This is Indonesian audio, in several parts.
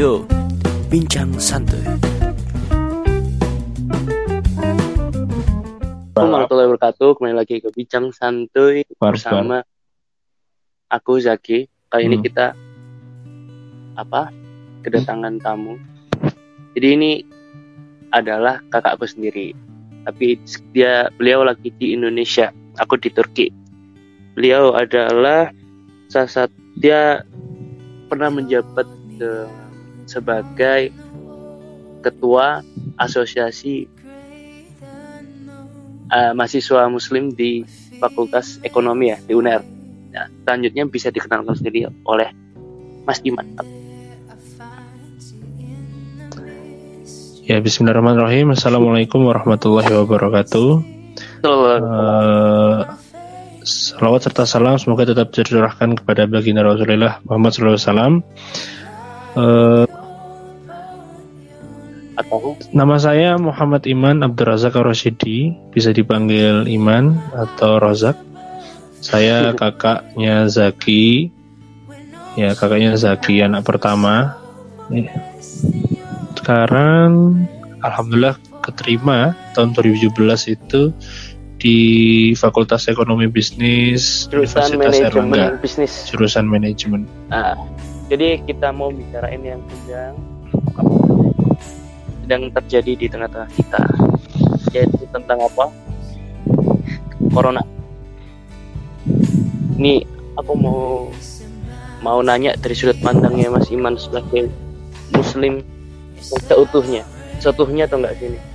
to Bincang Santuy. Assalamualaikum warahmatullahi wabarakatuh. Kembali lagi ke Bincang Santuy bersama aku Zaki. Kali ini kita kedatangan tamu. Jadi ini adalah kakakku sendiri. Tapi beliau lagi di Indonesia, aku di Turki. Beliau adalah dia pernah menjabat sebagai ketua asosiasi mahasiswa muslim di Fakultas Ekonomi ya, di UNER. Nah, selanjutnya bisa dikenalkan sendiri oleh Mas Iman. Ya, bismillahirrahmanirrahim. Assalamualaikum warahmatullahi wabarakatuh. Salawat serta salam semoga tetap tercurahkan kepada baginda Rasulullah Muhammad SAW. Nama saya Muhammad Iman Abdul Razak Ar-Rasyidi, bisa dipanggil Iman atau Rozak. Saya kakaknya Zaki. Ya, kakaknya Zaki, anak pertama. Sekarang alhamdulillah keterima tahun 2017 itu di Fakultas Ekonomi Bisnis jurusan Universitas Manajemen Bisnis. Jurusan Manajemen. Jadi kita mau bicarain yang sedang terjadi di tengah-tengah kita, yaitu tentang Corona. Ini aku mau nanya dari sudut pandangnya Mas Iman sebagai Muslim seutuhnya atau enggak sini?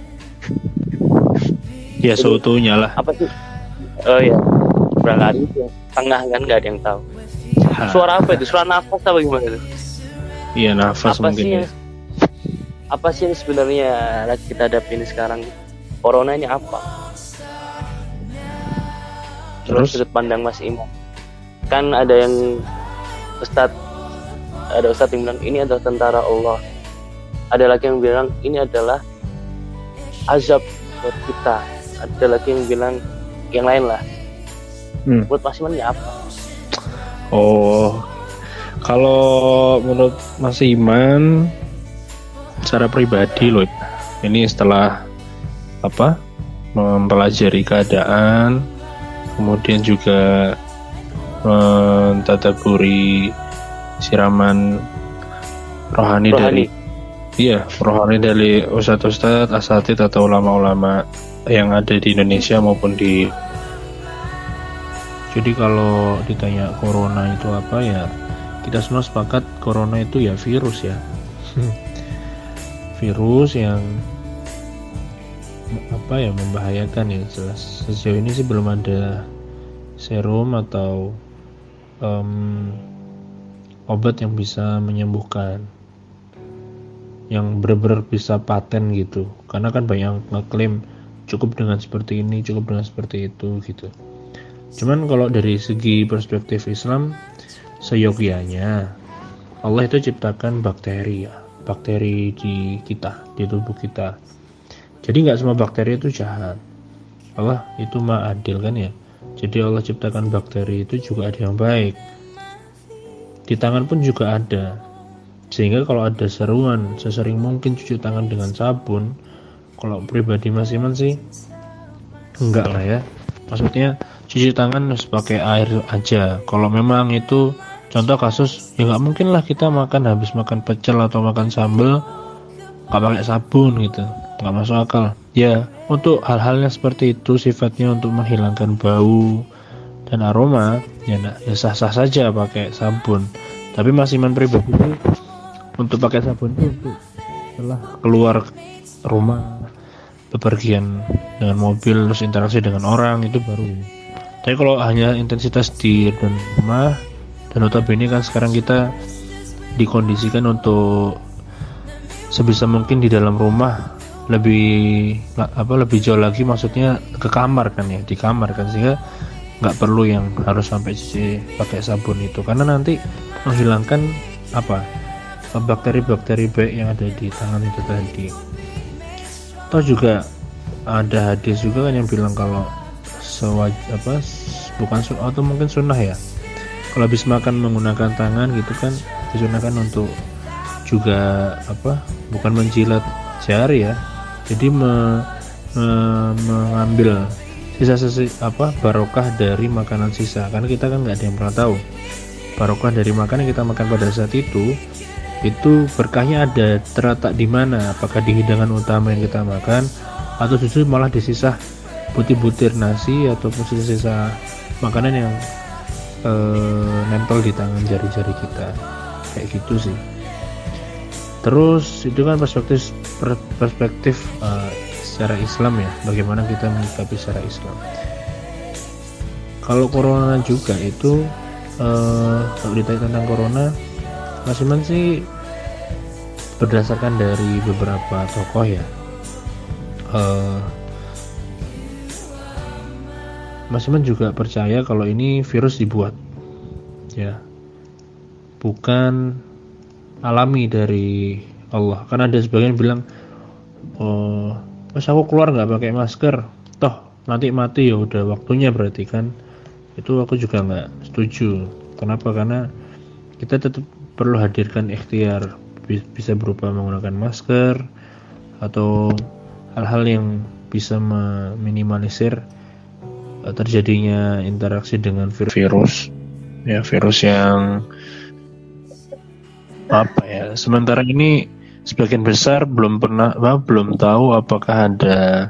Ya, seutuhnya lah. Apa sih? Oh ya, berangkat tengah kan nggak ada yang tahu. Suara apa itu? Suara nafas apa gimana itu? Iya, nafas mungkin. Apa sih yang sebenarnya lagi kita hadapi ini sekarang? Coronanya apa? Terus sudut pandang Mas Iman. Kan ada yang ustadz yang bilang ini adalah tentara Allah. Ada lagi yang bilang ini adalah azab buat kita. Ada lagi yang bilang yang lain lah. Buat Mas Iman ya apa? Oh, kalau menurut Mas Iman secara pribadi loh, ini setelah mempelajari keadaan, kemudian juga mentadaburi siraman rohani. dari ustadz-ustadz, asatid atau ulama-ulama yang ada di Indonesia maupun Jadi kalau ditanya corona itu apa ya, kita semua sepakat corona itu ya virus ya. Virus yang membahayakan ya. Sejauh ini sih belum ada serum atau obat yang bisa menyembuhkan, yang benar-benar bisa paten gitu. Karena kan banyak ngeklaim cukup dengan seperti ini, cukup dengan seperti itu gitu. Cuman kalau dari segi perspektif Islam, seyogyanya Allah itu ciptakan bakteri di tubuh kita. Jadi nggak semua bakteri itu jahat. Allah itu maha adil kan ya. Jadi Allah ciptakan bakteri itu juga ada yang baik. Di tangan pun juga ada. Sehingga kalau ada seruan, sesering mungkin cuci tangan dengan sabun. Kalau pribadi Mas Iman sih enggak lah ya. Maksudnya cuci tangan harus pakai air aja. Kalau memang itu contoh kasus, ya nggak mungkin lah kita habis makan pecel atau makan sambal nggak pakai sabun gitu, nggak masuk akal. Ya untuk hal-halnya seperti itu sifatnya untuk menghilangkan bau dan aroma, ya sah-sah saja pakai sabun. Tapi Mas Iman pribadi untuk pakai sabun itu setelah keluar rumah, bepergian dengan mobil, terus interaksi dengan orang, itu baru. Tapi kalau hanya intensitas di rumah, dan notabene kan sekarang kita dikondisikan untuk sebisa mungkin di dalam rumah, lebih jauh lagi, maksudnya ke kamar kan ya, di kamar kan, sehingga nggak perlu yang harus sampai pakai sabun itu, karena nanti menghilangkan bakteri-bakteri baik yang ada di tangan itu tadi. Atau juga ada hadis juga kan yang bilang kalau bukan atau mungkin sunnah ya, kalau habis makan menggunakan tangan gitu kan disunahkan untuk juga bukan menjilat jari ya, jadi mengambil sisa barokah dari makanan sisa, karena kita kan nggak ada yang pernah tahu barokah dari makanan yang kita makan pada saat itu berkahnya ada terletak di mana, apakah di hidangan utama yang kita makan atau justru malah di sisa butir-butir nasi ataupun sisa-sisa makanan yang nempel di tangan jari-jari kita, kayak gitu sih. Terus itu kan perspektif secara Islam ya, bagaimana kita menyikapi secara Islam. Kalau corona juga itu kalau ditanya tentang corona, Mas Iman sih berdasarkan dari beberapa tokoh ya, Mas Iman juga percaya kalau ini virus dibuat ya, bukan alami dari Allah. Kan ada sebagian bilang, pas aku keluar nggak pakai masker, toh nanti mati, ya udah waktunya berarti kan. Itu aku juga nggak setuju. Kenapa? Karena kita tetap perlu hadirkan ikhtiar, bisa berupa menggunakan masker atau hal-hal yang bisa meminimalisir terjadinya interaksi dengan virus ya, virus yang sementara ini sebagian besar belum tahu apakah ada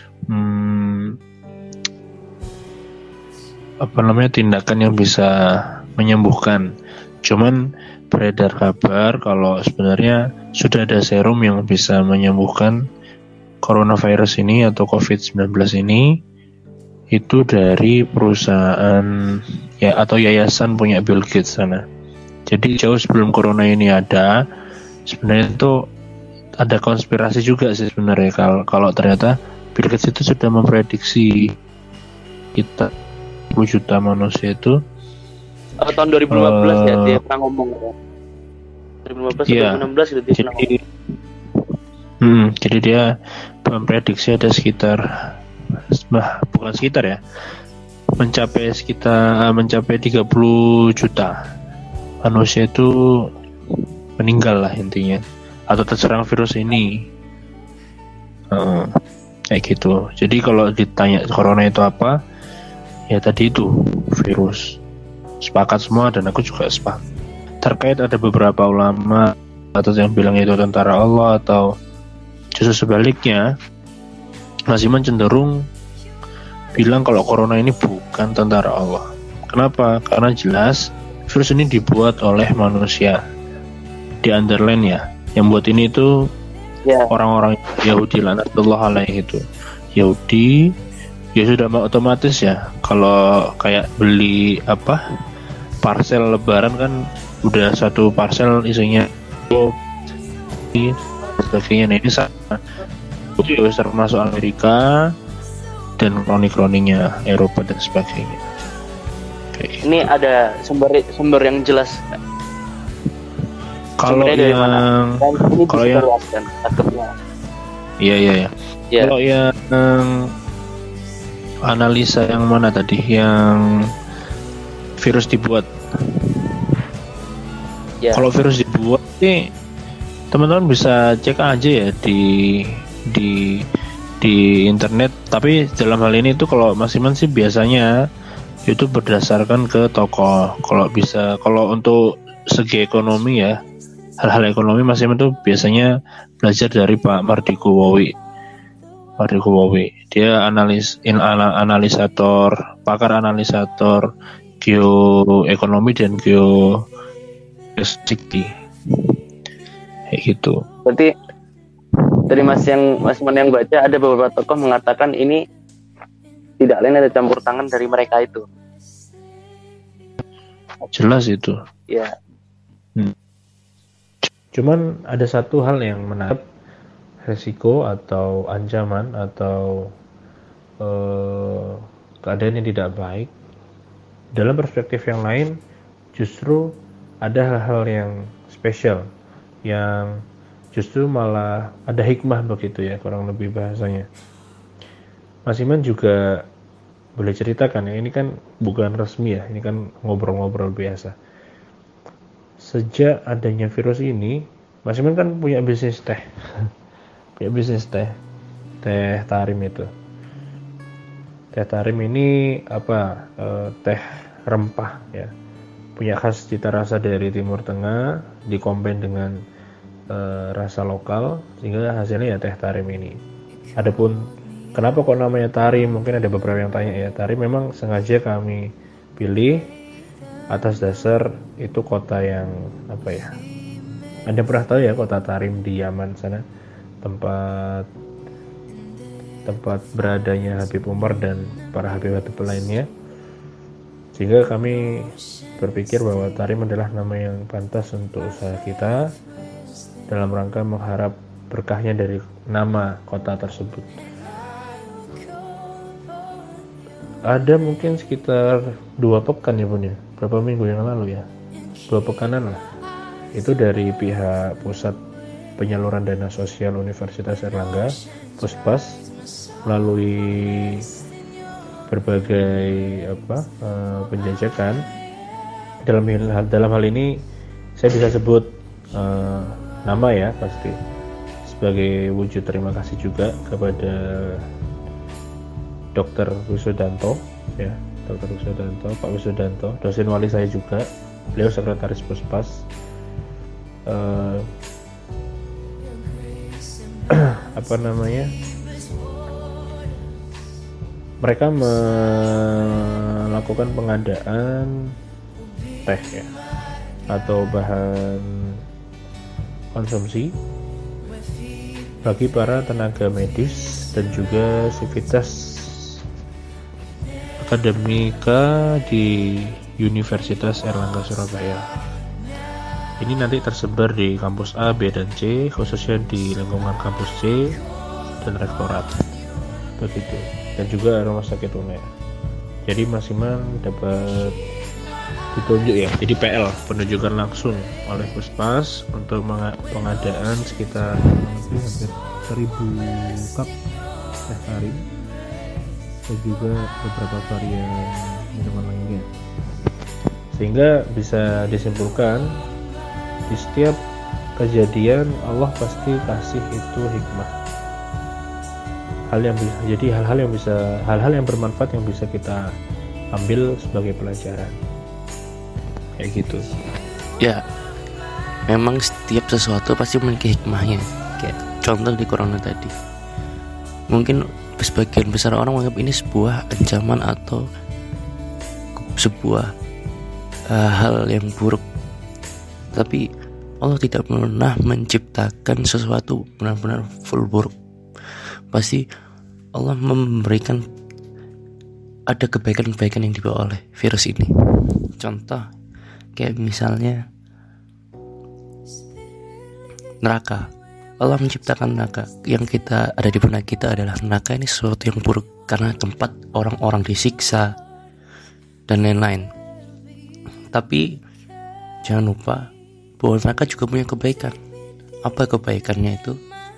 tindakan yang bisa menyembuhkan. Cuman beredar kabar kalau sebenarnya sudah ada serum yang bisa menyembuhkan coronavirus ini atau COVID-19 ini, itu dari perusahaan ya atau yayasan punya Bill Gates sana. Jadi jauh sebelum corona ini ada, sebenarnya itu ada konspirasi juga sih sebenarnya kalau ternyata Bill Gates itu sudah memprediksi kita 10 juta manusia itu tahun 2015 ya dia pernah ngomong ya. 2015 ya, 2016 gitu dia pernah ngomong. Jadi dia memprediksi ada sekitar mencapai 30 juta manusia itu meninggal lah intinya, atau terserang virus ini. Kayak gitu. Jadi kalau ditanya corona itu apa, ya tadi itu virus. Sepakat semua dan aku juga sepakat. Terkait ada beberapa ulama atau yang bilang itu tentara Allah atau justru sebaliknya, Mas Iman cenderung bilang kalau corona ini bukan tentara Allah. Kenapa? Karena jelas virus ini dibuat oleh manusia. Di underline ya, yang buat ini itu orang-orang Yahudi laknatullah alaihi itu. Yahudi ya sudah otomatis ya, kalau kayak beli parcel lebaran kan udah satu parcel isinya sebagainya. Nah ini sama, termasuk Amerika dan kroni-kroninya Eropa dan sebagainya. Ini ada sumber yang jelas. Kalau yang iya. Kalau yang analisa yang mana tadi, yang virus dibuat. Kalau virus dibuat sih teman-teman bisa cek aja ya di internet. Tapi dalam hal ini tuh kalau Mas Iman sih biasanya itu berdasarkan ke tokoh. Kalau untuk segi ekonomi ya, hal-hal ekonomi Mas Iman tuh biasanya belajar dari Pak Mardiko Wowi. Dia pakar analisator geoekonomi dan geofisika. Kayak gitu. Berarti dari Mas Iman yang baca, ada beberapa tokoh mengatakan ini tidak lain ada campur tangan dari mereka itu. Jelas itu. Ya. Cuman ada satu hal yang menarik, resiko atau ancaman atau keadaan yang tidak baik. Dalam perspektif yang lain, justru ada hal-hal yang spesial, yang justru malah ada hikmah begitu ya, kurang lebih bahasanya. Mas Iman juga boleh ceritakan ya, ini kan bukan resmi ya, ini kan ngobrol-ngobrol biasa. Sejak adanya virus ini, Mas Iman kan punya bisnis teh. Punya bisnis teh tarim itu. Teh tarim ini apa? Teh rempah ya. Punya khas cita rasa dari Timur Tengah, dikombin dengan rasa lokal, sehingga hasilnya ya teh tarim ini. Adapun kenapa kok namanya tarim? Mungkin ada beberapa yang tanya ya. Tarim memang sengaja kami pilih atas dasar itu kota yang apa ya? Anda pernah tahu ya kota Tarim di Yaman sana, tempat beradanya Habib Umar dan para Habib-Habib lainnya. Sehingga kami berpikir bahwa Tarim adalah nama yang pantas untuk usaha kita dalam rangka mengharap berkahnya dari nama kota tersebut. Ada mungkin sekitar 2 pekan ya Bun ya, berapa minggu yang lalu ya, 2 pekanan lah, itu dari pihak Pusat Penyaluran Dana Sosial Universitas Airlangga, Puspas, melalui berbagai penjajakan. Dalam hal ini saya bisa sebut nama ya, pasti sebagai wujud terima kasih juga kepada Dr. Wisudanto ya, Dr. Wisudanto, Pak Wisudanto, dosen wali saya juga, beliau sekretaris Puspas. Mereka melakukan pengadaan teh ya, atau bahan konsumsi bagi para tenaga medis dan juga sivitas akademika di Universitas Airlangga Surabaya. Ini nanti tersebar di kampus A, B, dan C, khususnya di lingkungan kampus C dan rektorat, begitu, dan juga rumah sakit UNER. Jadi Mas Iman dapat ditunjuk ya, jadi PL, penunjukan langsung oleh Puspas untuk pengadaan sekitar hampir 1000 cup teh tarim dan juga beberapa varian minuman lainnya, sehingga bisa disimpulkan di setiap kejadian Allah pasti kasih itu hikmah, hal-hal yang bermanfaat yang bisa kita ambil sebagai pelajaran, kayak gitu Ya, memang setiap sesuatu pasti memiliki hikmahnya. Kayak contoh di corona tadi, mungkin sebagian besar orang menganggap ini sebuah ancaman atau sebuah hal yang buruk, tapi Allah tidak pernah menciptakan sesuatu benar-benar full buruk. Pasti Allah memberikan ada kebaikan-kebaikan yang dibawa oleh virus ini. Contoh kayak misalnya neraka. Allah menciptakan neraka. Yang kita ada di benak kita adalah neraka ini sesuatu yang buruk karena tempat orang-orang disiksa dan lain-lain. Tapi jangan lupa bahwa neraka juga punya kebaikan. Apa kebaikannya itu?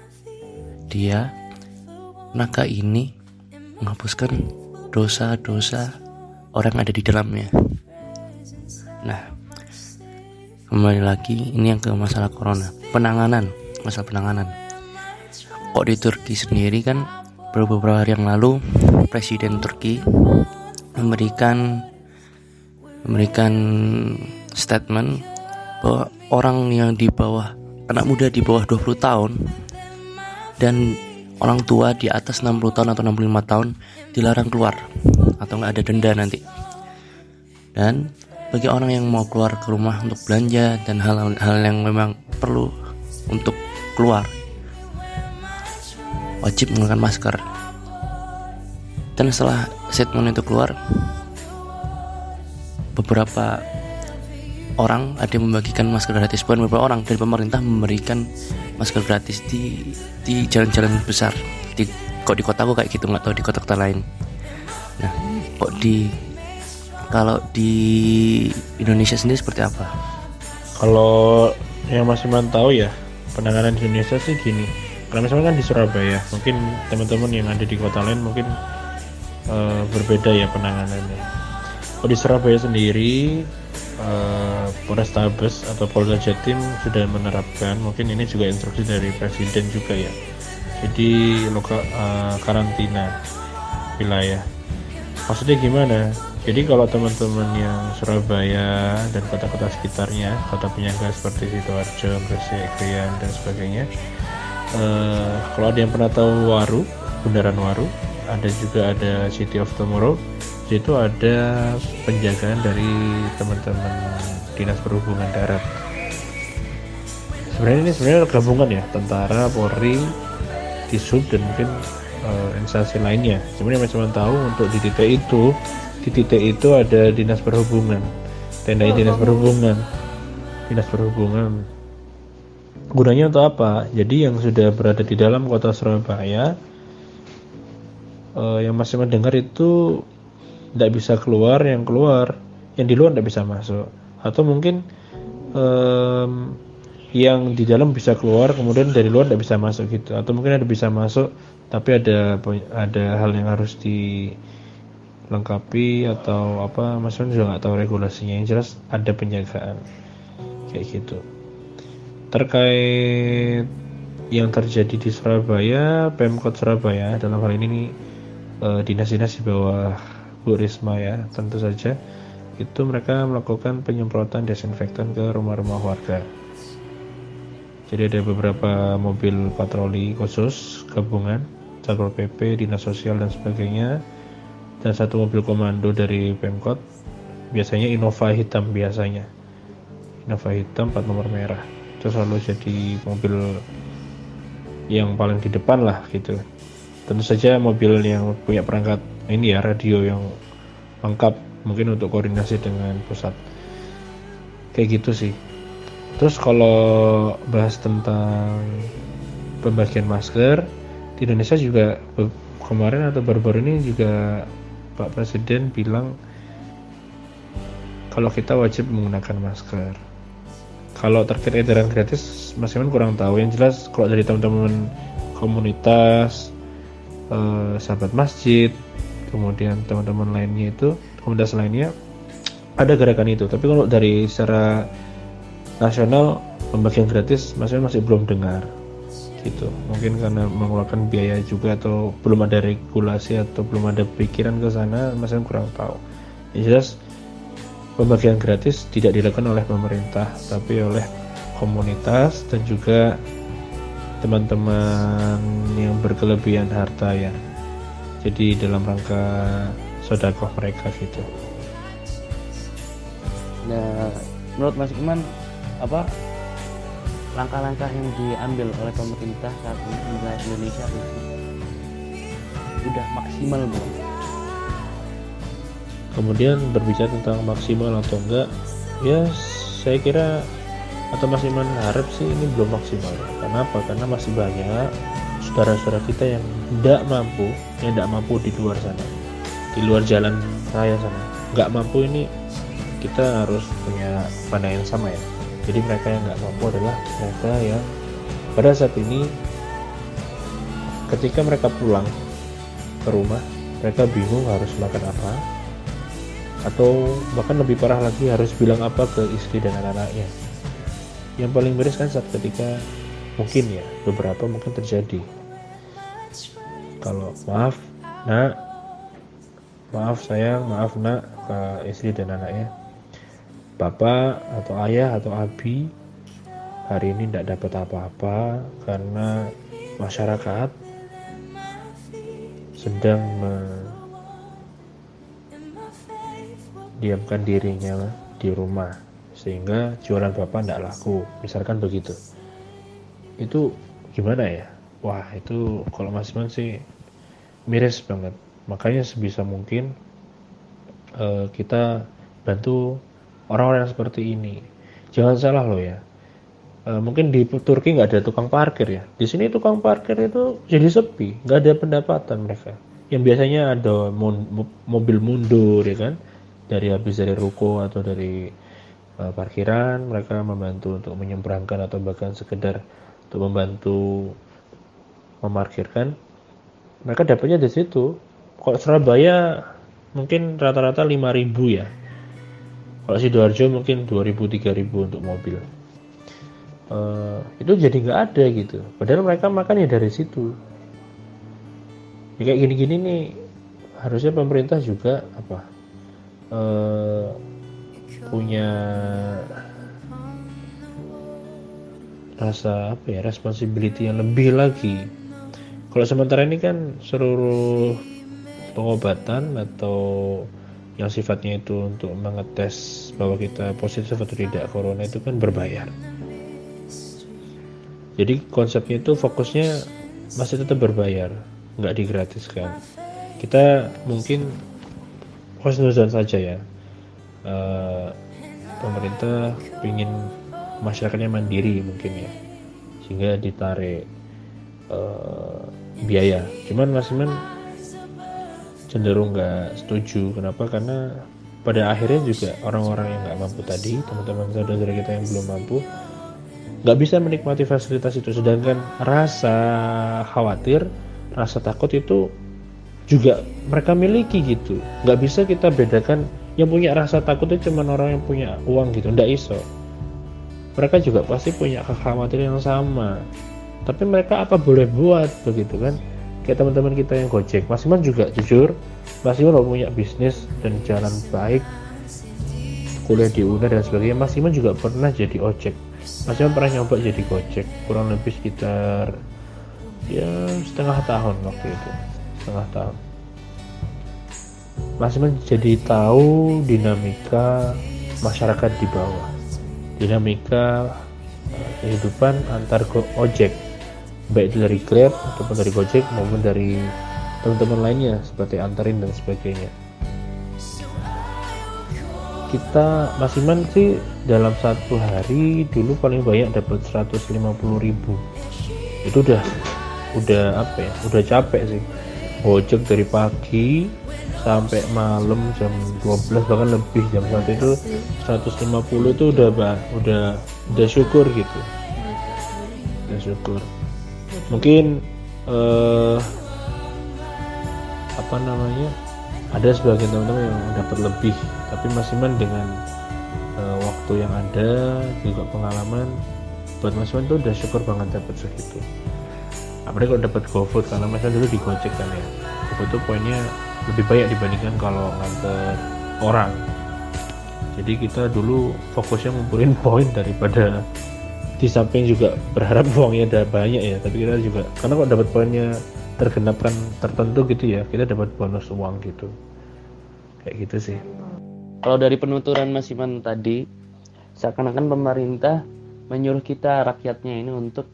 Neraka ini menghapuskan dosa-dosa orang yang ada di dalamnya. Nah, kembali lagi ini yang ke masalah corona, masalah penanganan. Kok di Turki sendiri kan beberapa hari yang lalu Presiden Turki memberikan statement bahwa orang yang anak muda di bawah 20 tahun dan orang tua di atas 60 tahun atau 65 tahun dilarang keluar atau nggak ada denda nanti. Dan bagi orang yang mau keluar ke rumah untuk belanja dan hal-hal yang memang perlu untuk keluar, wajib menggunakan masker. Dan setelah statement itu keluar, beberapa orang ada yang membagikan masker gratis. Bukan beberapa orang, dari pemerintah memberikan masker gratis di jalan-jalan besar. Kok di kotaku kayak gitu, nggak tahu di kota-kota lain. Nah, kalau di Indonesia sendiri seperti apa? Kalau yang Mas Iman tahu ya, penanganan di Indonesia sih gini. Karena misalnya kan di Surabaya, mungkin teman-teman yang ada di kota lain mungkin berbeda ya penanganannya. Kalau di Surabaya sendiri, Polrestabes atau Polda Jatim sudah menerapkan, mungkin ini juga instruksi dari Presiden juga ya. Jadi karantina wilayah. Maksudnya gimana? Jadi kalau teman-teman yang Surabaya dan kota-kota sekitarnya, kota penyangga seperti Sidoarjo, Gresik, Krian dan sebagainya, kalau ada yang pernah tahu Waru, Bundaran Waru, ada City of Tomorrow, di situ ada penjagaan dari teman-teman Dinas Perhubungan Darat. Sebenarnya ini gabungan ya, tentara, Polri, Disub dan mungkin instansi lainnya. Sebenarnya cuma tahu untuk di titik itu ada Dinas Perhubungan, tenda Dinas Perhubungan. Gunanya untuk apa? Jadi yang sudah berada di dalam kota Surabaya, yang masih mendengar itu tidak bisa keluar, yang di luar tidak bisa masuk, atau mungkin yang di dalam bisa keluar, kemudian dari luar tidak bisa masuk gitu, atau mungkin ada bisa masuk tapi ada hal yang harus dilengkapi atau apa, maksudnya juga nggak tahu regulasinya. Yang jelas ada penjagaan kayak gitu. Terkait yang terjadi di Surabaya, Pemkot Surabaya dalam hal ini dinas-dinas di bawah Bu Risma ya, tentu saja itu mereka melakukan penyemprotan desinfektan ke rumah-rumah warga. Jadi ada beberapa mobil patroli khusus gabungan, Satpol PP, Dinas Sosial dan sebagainya, dan satu mobil komando dari Pemkot, biasanya Innova hitam plat nomor merah. Itu selalu jadi mobil yang paling di depan lah gitu. Tentu saja mobil yang punya perangkat ini ya, radio yang lengkap, mungkin untuk koordinasi dengan pusat. Kayak gitu sih. Terus kalau bahas tentang pembagian masker di Indonesia juga kemarin atau baru-baru ini juga Pak Presiden bilang kalau kita wajib menggunakan masker. Kalau terkait edaran gratis, Mas Iman kurang tahu. Yang jelas kalau dari teman-teman komunitas, sahabat masjid, kemudian teman-teman lainnya itu, komunitas lainnya, ada gerakan itu. Tapi kalau dari secara nasional pembagian gratis, Mas Iman masih belum dengar gitu. Mungkin karena mengeluarkan biaya juga, atau belum ada regulasi, atau belum ada pikiran ke sana, Mas Iman kurang tahu. Yang jelas pembagian gratis tidak dilakukan oleh pemerintah, tapi oleh komunitas dan juga teman-teman yang berkelebihan harta ya. Jadi dalam rangka sedekah mereka gitu. Nah, menurut Mas Iman, apa langkah-langkah yang diambil oleh pemerintah saat ini di wilayah Indonesia itu udah maksimal belum? Kemudian berbicara tentang maksimal atau enggak, ya saya kira atau Mas Iman harap sih ini belum maksimal. Kenapa? Karena masih banyak saudara-saudara kita yang tidak mampu di luar sana, di luar jalan raya sana, nggak mampu. Ini kita harus punya pandangan yang sama ya. Jadi mereka yang nggak mampu adalah mereka yang pada saat ini ketika mereka pulang ke rumah, mereka bingung harus makan apa, atau bahkan lebih parah lagi harus bilang apa ke istri dan anak-anaknya. Yang paling miris kan saat ketika mungkin ya, beberapa mungkin terjadi, kalau maaf nak, maaf sayang, maaf nak, ke istri dan anaknya, bapak atau ayah atau abi hari ini tidak dapat apa-apa karena masyarakat sedang diamkan dirinya di rumah sehingga jualan bapak tidak laku, misalkan begitu. Itu gimana ya? Wah, itu kalau Mas Iman sih miris banget. Makanya sebisa mungkin kita bantu orang-orang yang seperti ini. Jangan salah loh ya, mungkin di Turki nggak ada tukang parkir ya, di sini tukang parkir itu jadi sepi, nggak ada pendapatan mereka. Yang biasanya ada mobil mundur ya kan, dari ruko atau dari parkiran, mereka membantu untuk menyeberangkan atau bahkan sekedar untuk membantu memarkirkan, mereka dapatnya di situ. Kalau Surabaya mungkin rata-rata 5.000 ya. Kalau Sidoarjo mungkin 2.000-3.000 untuk mobil. Itu jadi nggak ada gitu. Padahal mereka makan ya dari situ. Ya, kayak gini-gini nih harusnya pemerintah juga punya rasa responsibility yang lebih lagi. Kalau sementara ini kan seluruh pengobatan atau yang sifatnya itu untuk mengetes bahwa kita positif atau tidak corona itu kan berbayar. Jadi konsepnya itu fokusnya masih tetap berbayar, nggak digratiskan. Kita mungkin husnuzon saja ya, pemerintah ingin masyarakatnya mandiri mungkin ya, sehingga ditarik biaya. Cuman Mas Iman cenderung nggak setuju. Kenapa? Karena pada akhirnya juga orang-orang yang nggak mampu tadi, teman-teman saudara kita yang belum mampu, nggak bisa menikmati fasilitas itu. Sedangkan rasa khawatir, rasa takut itu juga mereka miliki gitu. Nggak bisa kita bedakan yang punya rasa takut itu cuma orang yang punya uang gitu, nggak iso. Mereka juga pasti punya kekhawatiran yang sama. Tapi mereka apa boleh buat begitu kan? Kayak teman-teman kita yang Gojek, Mas Iman juga jujur, Mas Iman kalau punya bisnis dan jalan baik, kuliah di UNER dan sebagainya, Mas Iman juga pernah jadi ojek. Mas Iman pernah nyoba jadi Gojek, kurang lebih sekitar ya setengah tahun waktu itu, setengah tahun. Mas Iman jadi tahu dinamika masyarakat di bawah, dinamika kehidupan antar ojek, baik itu dari Grab ataupun dari Gojek maupun dari teman-teman lainnya seperti antarin dan sebagainya. Kita Mas Iman sih dalam satu hari dulu paling banyak dapat 150.000. Itu udah capek sih. Gojek dari pagi sampai malam jam 12 bahkan lebih, jam 1 itu 150 itu udah syukur gitu. Udah syukur. Mungkin ada sebagian teman-teman yang dapat lebih, tapi Mas Iman dengan waktu yang ada juga pengalaman, buat Mas Iman tuh udah syukur banget dapat segitu. Apalagi kalau dapat GoFood, karena Mas Iman dulu di Gojek kan ya, GoFood tuh poinnya lebih banyak dibandingkan kalau nganter orang. Jadi kita dulu fokusnya ngumpulin poin daripada di samping juga berharap uangnya ada banyak ya, tapi kita juga karena kalau dapat poinnya tergenapkan tertentu gitu ya, kita dapat bonus uang gitu, kayak gitu sih. Kalau dari penuturan Mas Iman tadi, seakan-akan pemerintah menyuruh kita rakyatnya ini untuk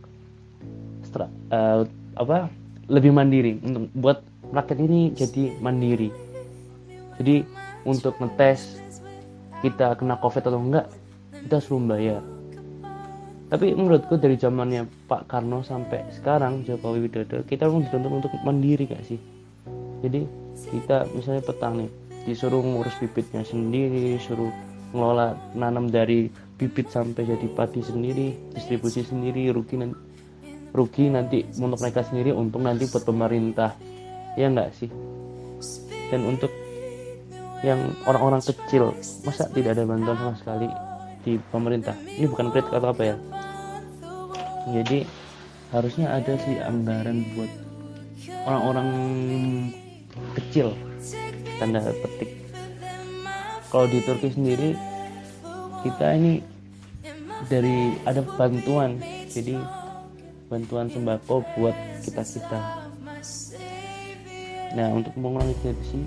lebih mandiri, untuk buat rakyat ini jadi mandiri. Jadi untuk ngetes kita kena COVID atau enggak, kita suruh bayar. Tapi menurutku dari zamannya Pak Karno sampai sekarang Jokowi Widodo, kita memang dituntut untuk mandiri gak sih? Jadi kita misalnya petani disuruh ngurus bibitnya sendiri, suruh ngelola nanam dari bibit sampai jadi padi sendiri, distribusi sendiri, rugi nanti untuk mereka sendiri, untung nanti buat pemerintah, ya enggak sih? Dan untuk yang orang-orang kecil, masa tidak ada bantuan sama sekali di pemerintah? Ini bukan kritik atau apa ya? Jadi harusnya ada sih anggaran buat orang-orang kecil, tanda petik. Kalau di Turki sendiri kita ini dari ada bantuan, jadi bantuan sembako buat kita. Nah untuk mengurangi sih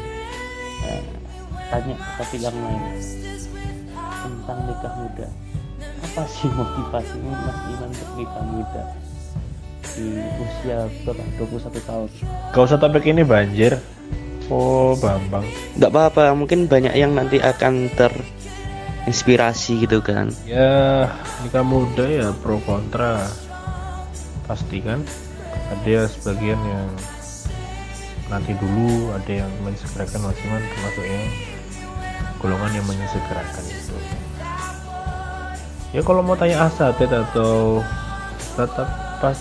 tanya ke topik yang lain tentang nikah muda. Apa sih motivasinya Mas Iman untuk nikah muda di usia berapa? 21 tahun? Gak usah topik ini banjir. Oh Bambang, Nggak apa-apa, mungkin banyak yang nanti akan terinspirasi gitu kan. ya nikah muda ya pro kontra pasti kan. Ada sebagian yang nanti dulu, ada yang mensegerakan. Mas Iman termasuk yang golongan yang menyegerakan itu. Ya kalau mau tanya asatid atau tetap pas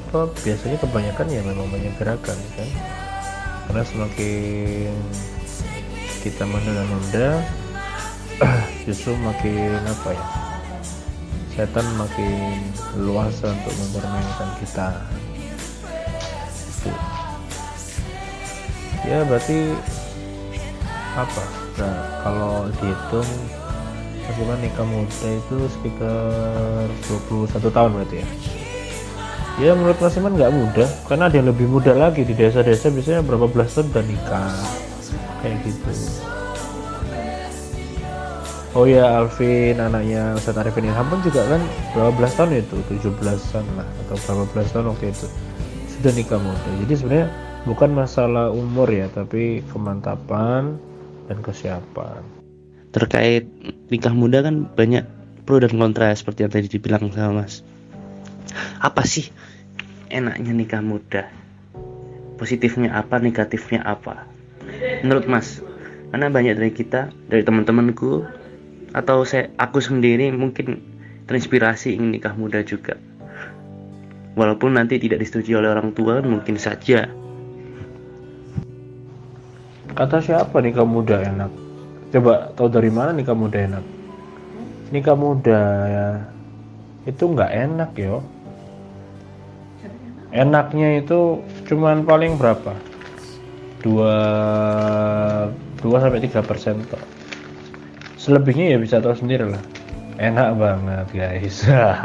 biasanya kebanyakan ya memang menyegerakan kan, karena semakin kita menunda-nunda, justru makin setan makin luasa untuk mempermainkan kita. Itu. Ya berarti nah kalau dihitung bagaimana nikah muda itu sekitar 21 tahun berarti ya menurut Mas Iman nggak muda, karena ada yang lebih muda lagi di desa-desa, biasanya berapa belas tahun udah nikah kayak gitu. Oh ya, Alvin anaknya Ustadz Arifin Ilham pun juga kan berapa belas tahun itu, 17-an lah atau berapa belas tahun waktu itu sudah nikah muda. Jadi sebenarnya bukan masalah umur ya, tapi kemantapan dan kesiapan. Terkait nikah muda kan banyak pro dan kontra seperti yang tadi dibilang sama Mas. Apa sih enaknya nikah muda? Positifnya apa, negatifnya apa? Menurut Mas, karena banyak dari kita, dari teman-temanku atau aku sendiri mungkin terinspirasi ingin nikah muda juga. Walaupun nanti tidak disetujui oleh orang tua, mungkin saja. Kata siapa nikah muda enak? Coba tahu dari mana nikah muda enak? Nikah muda ya itu nggak enak yo. Enaknya itu cuman paling berapa? 2-3% toh. Selebihnya ya bisa tahu sendiri lah. Enak banget guys.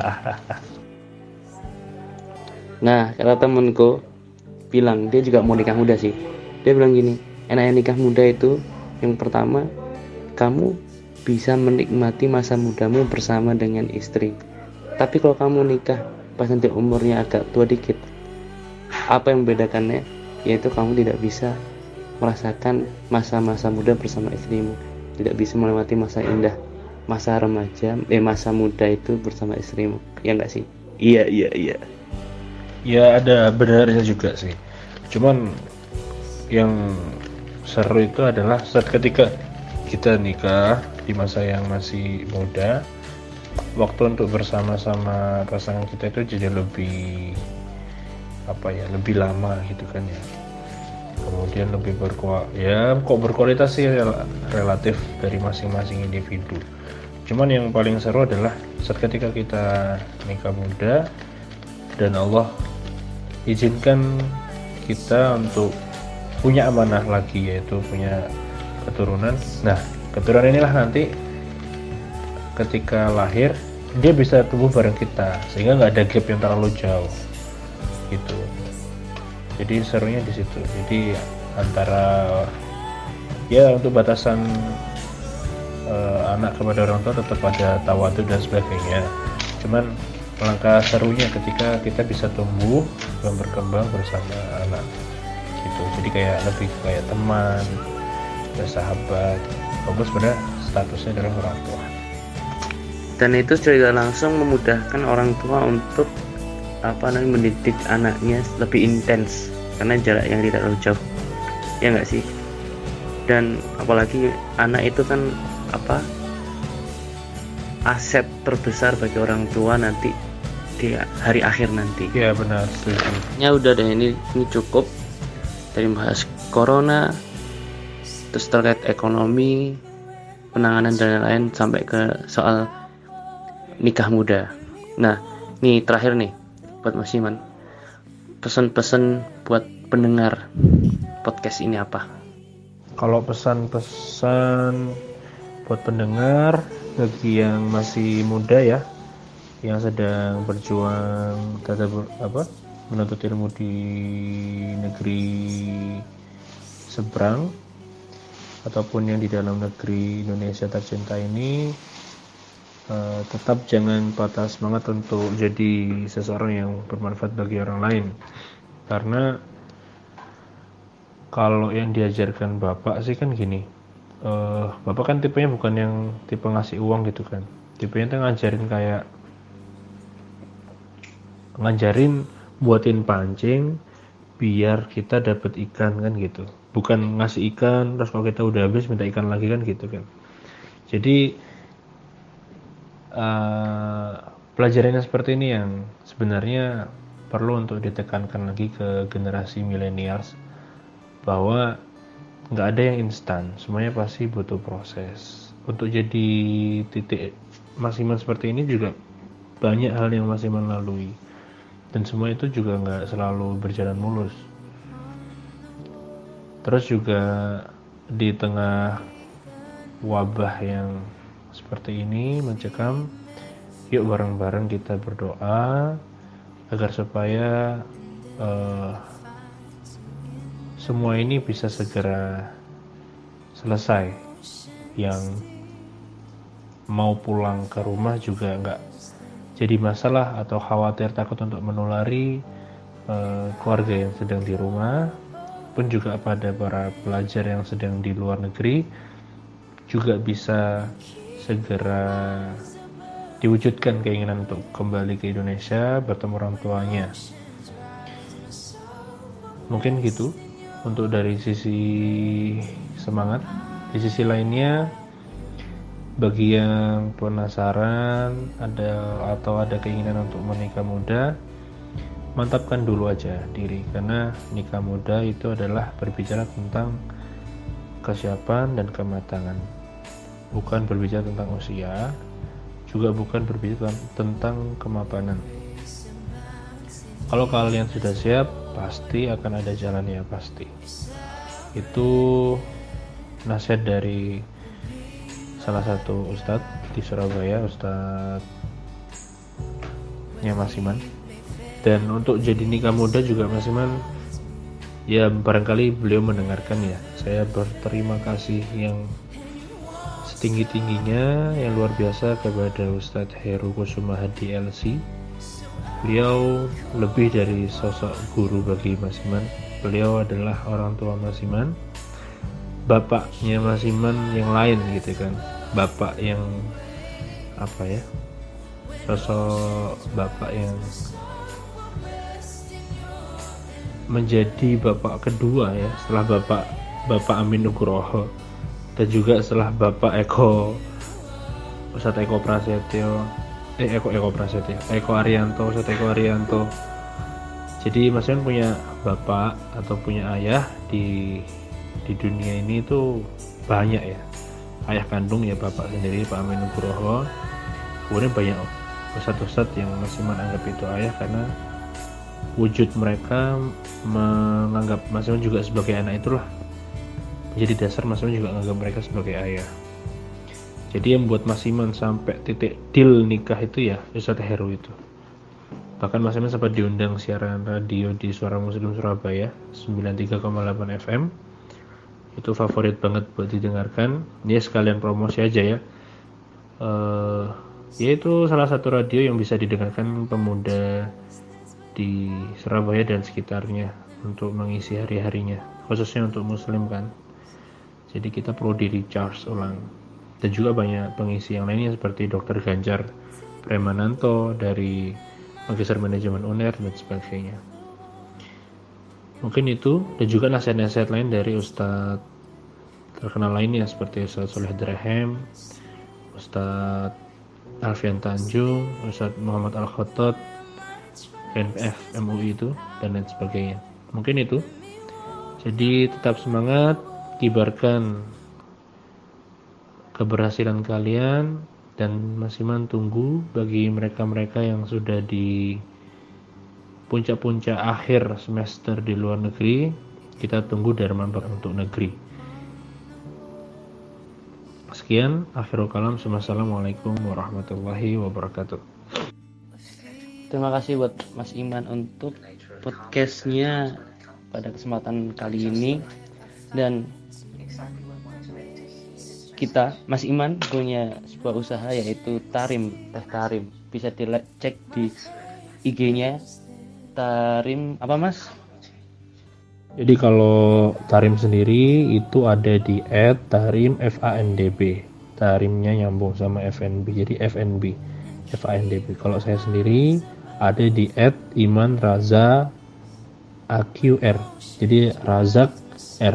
Nah, kata temenku bilang, dia juga mau nikah muda sih. Dia bilang gini, enaknya nikah muda itu yang pertama, kamu bisa menikmati masa mudamu bersama dengan istri. Tapi kalau kamu nikah pas nanti umurnya agak tua dikit, apa yang membedakannya? Yaitu kamu tidak bisa merasakan masa-masa muda bersama istrimu, tidak bisa melewati masa indah, masa remaja, masa muda itu bersama istrimu. Ya enggak sih? Iya. Ya ada benarnya juga sih. Cuman yang seru itu adalah saat ketika kita nikah di masa yang masih muda, waktu untuk bersama-sama pasangan kita itu jadi lebih lebih lama gitu kan ya. Kemudian lebih berkualitas sih relatif dari masing-masing individu. Cuman yang paling seru adalah saat ketika kita nikah muda dan Allah izinkan kita untuk punya amanah lagi, yaitu punya keturunan. Nah, keturunan inilah nanti ketika lahir dia bisa tumbuh bareng kita sehingga nggak ada gap yang terlalu jauh gitu. Jadi serunya di situ. Jadi antara untuk batasan anak kepada orang tua tetap ada tawadhu dan sebagainya. Cuman langkah serunya ketika kita bisa tumbuh dan berkembang bersama anak gitu. Jadi lebih kayak teman, kayak sahabat. Walaupun sebenarnya statusnya adalah orang tua. Dan itu juga langsung memudahkan orang tua untuk mendidik anaknya lebih intens karena jarak yang tidak terlalu jauh. Ya enggak sih? Dan apalagi anak itu kan aset terbesar bagi orang tua nanti di hari akhir nanti. Iya benar, setuju. Ya udah deh, ini cukup dari bahas corona, terus terkait ekonomi, penanganan dan lain-lain sampai ke soal nikah muda. Nah, nih terakhir nih buat Mas Iman, pesan-pesan buat pendengar podcast ini apa? Kalau pesan-pesan buat pendengar bagi yang masih muda ya, yang sedang berjuang menuntut ilmu di negeri seberang ataupun yang di dalam negeri Indonesia tercinta ini, tetap jangan patah semangat untuk jadi seseorang yang bermanfaat bagi orang lain. Karena kalau yang diajarkan bapak sih kan gini, bapak kan tipenya bukan yang tipe ngasih uang gitu kan, tipenya tuh ngajarin buatin pancing biar kita dapat ikan kan gitu, bukan ngasih ikan terus kalau kita udah habis minta ikan lagi kan gitu kan. Jadi pelajarannya seperti ini yang sebenarnya perlu untuk ditekankan lagi ke generasi millennials, bahwa nggak ada yang instan, semuanya pasti butuh proses. Untuk jadi titik Mas Iman seperti ini juga banyak hal yang Mas Iman lalui, dan semua itu juga nggak selalu berjalan mulus. Terus juga di tengah wabah yang seperti ini mencekam, yuk bareng-bareng kita berdoa agar supaya semua ini bisa segera selesai. Yang mau pulang ke rumah juga nggak jadi masalah atau khawatir takut untuk menulari keluarga yang sedang di rumah, pun juga pada para pelajar yang sedang di luar negeri juga bisa segera diwujudkan keinginan untuk kembali ke Indonesia bertemu orang tuanya. Mungkin gitu untuk dari sisi semangat. Di sisi lainnya, bagi yang penasaran atau ada keinginan untuk menikah muda, mantapkan dulu aja diri, karena nikah muda itu adalah berbicara tentang kesiapan dan kematangan, bukan berbicara tentang usia, juga bukan berbicara tentang kemapanan. Kalau kalian sudah siap, pasti akan ada jalannya, pasti. Itu nasihat dari salah satu ustadz di Surabaya, ustadznya Mas Iman. Dan untuk jadi nikah muda juga Mas Iman, ya barangkali beliau mendengarkan ya. Saya berterima kasih yang setinggi-tingginya, yang luar biasa kepada Ustadz Heru Kusuma Hadi LC. Beliau lebih dari sosok guru bagi Mas Iman. Beliau adalah orang tua Mas Iman, bapaknya Mas Iman yang lain gitu kan. Bapak yang apa ya, sosok bapak yang menjadi bapak kedua ya, setelah Bapak Amin Nugroho, dan juga setelah Bapak Ustadz Eko Arianto. Jadi Mas Iman punya bapak atau punya ayah di dunia ini itu banyak ya. Ayah kandung ya bapak sendiri, Pak Amin Nugroho. Kemudian banyak ustadz-ustadz yang Mas Iman anggap itu ayah, karena wujud mereka menganggap Mas Iman juga sebagai anak, itulah menjadi dasar Mas Iman juga menganggap mereka sebagai ayah. Jadi yang membuat Mas Iman sampai titik deal nikah itu ya Ustadz Heru itu. Bahkan Mas Iman sempat diundang siaran radio di Suara Muslim Surabaya 93,8 FM. Itu favorit banget buat didengarkan. Ini sekalian promosi aja ya. Yaitu salah satu radio yang bisa didengarkan pemuda di Surabaya dan sekitarnya untuk mengisi hari-harinya, khususnya untuk muslim kan. Jadi kita perlu di recharge ulang. Dan juga banyak pengisi yang lainnya seperti Dr. Ganjar Premananto dari Magister Manajemen UNER dan sebagainya. Mungkin itu, dan juga nasihat-nasihat lain dari Ustadz terkenal lainnya seperti Ustadz Soleh Drehem, Ustadz Alfian Tanjung, Ustadz Muhammad Al-Khotot, NPF MUI itu, dan lain sebagainya. Mungkin itu. Jadi tetap semangat, kibarkan keberhasilan kalian, dan Mas Iman tunggu bagi mereka-mereka yang sudah di puncak-puncak akhir semester di luar negeri, kita tunggu Dharma untuk negeri. Sekian, akhirul kalam. Assalamualaikum warahmatullahi wabarakatuh. Terima kasih buat Mas Iman untuk podcastnya pada kesempatan kali ini. Dan kita, Mas Iman punya sebuah usaha yaitu Tarim, Teh Tarim. Bisa dicek di IG-nya Tarim apa Mas? Jadi kalau Tarim sendiri itu ada di @tarim FANDB. Tarimnya nyambung sama FNB, jadi FNB FANDB. Kalau saya sendiri ada di @imanraza AQR. Jadi Razak R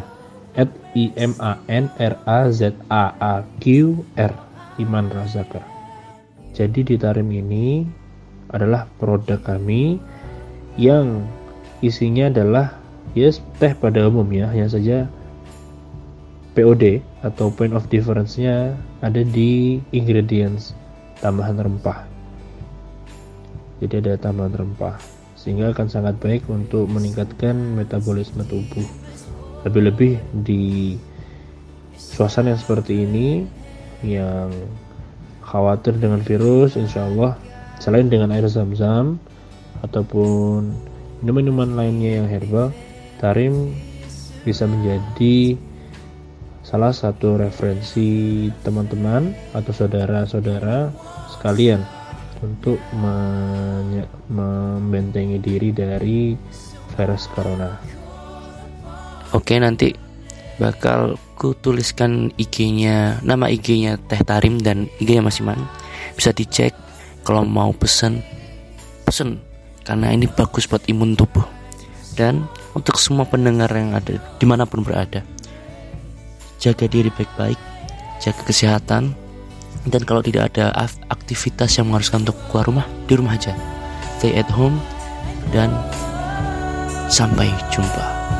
@IMANRAZAAQR, Iman Razakar. Jadi di Tarim ini adalah produk kami yang isinya adalah teh pada umumnya, hanya saja POD atau point of difference-nya ada di ingredients, tambahan rempah. Jadi ada tambahan rempah, sehingga akan sangat baik untuk meningkatkan metabolisme tubuh. Lebih-lebih di suasana yang seperti ini yang khawatir dengan virus, insya Allah selain dengan air zam-zam ataupun minuman lainnya yang herbal, tarim bisa menjadi salah satu referensi teman-teman atau saudara-saudara sekalian untuk membentengi diri dari virus corona. Oke, nanti bakal ku tuliskan IG-nya, nama IG-nya Teh Tarim dan IG-nya Mas Iman. Bisa dicek kalau mau pesen karena ini bagus buat imun tubuh. Dan untuk semua pendengar yang ada dimanapun berada, jaga diri baik-baik, jaga kesehatan, dan kalau tidak ada aktivitas yang mengharuskan untuk keluar rumah, di rumah aja, stay at home, dan sampai jumpa.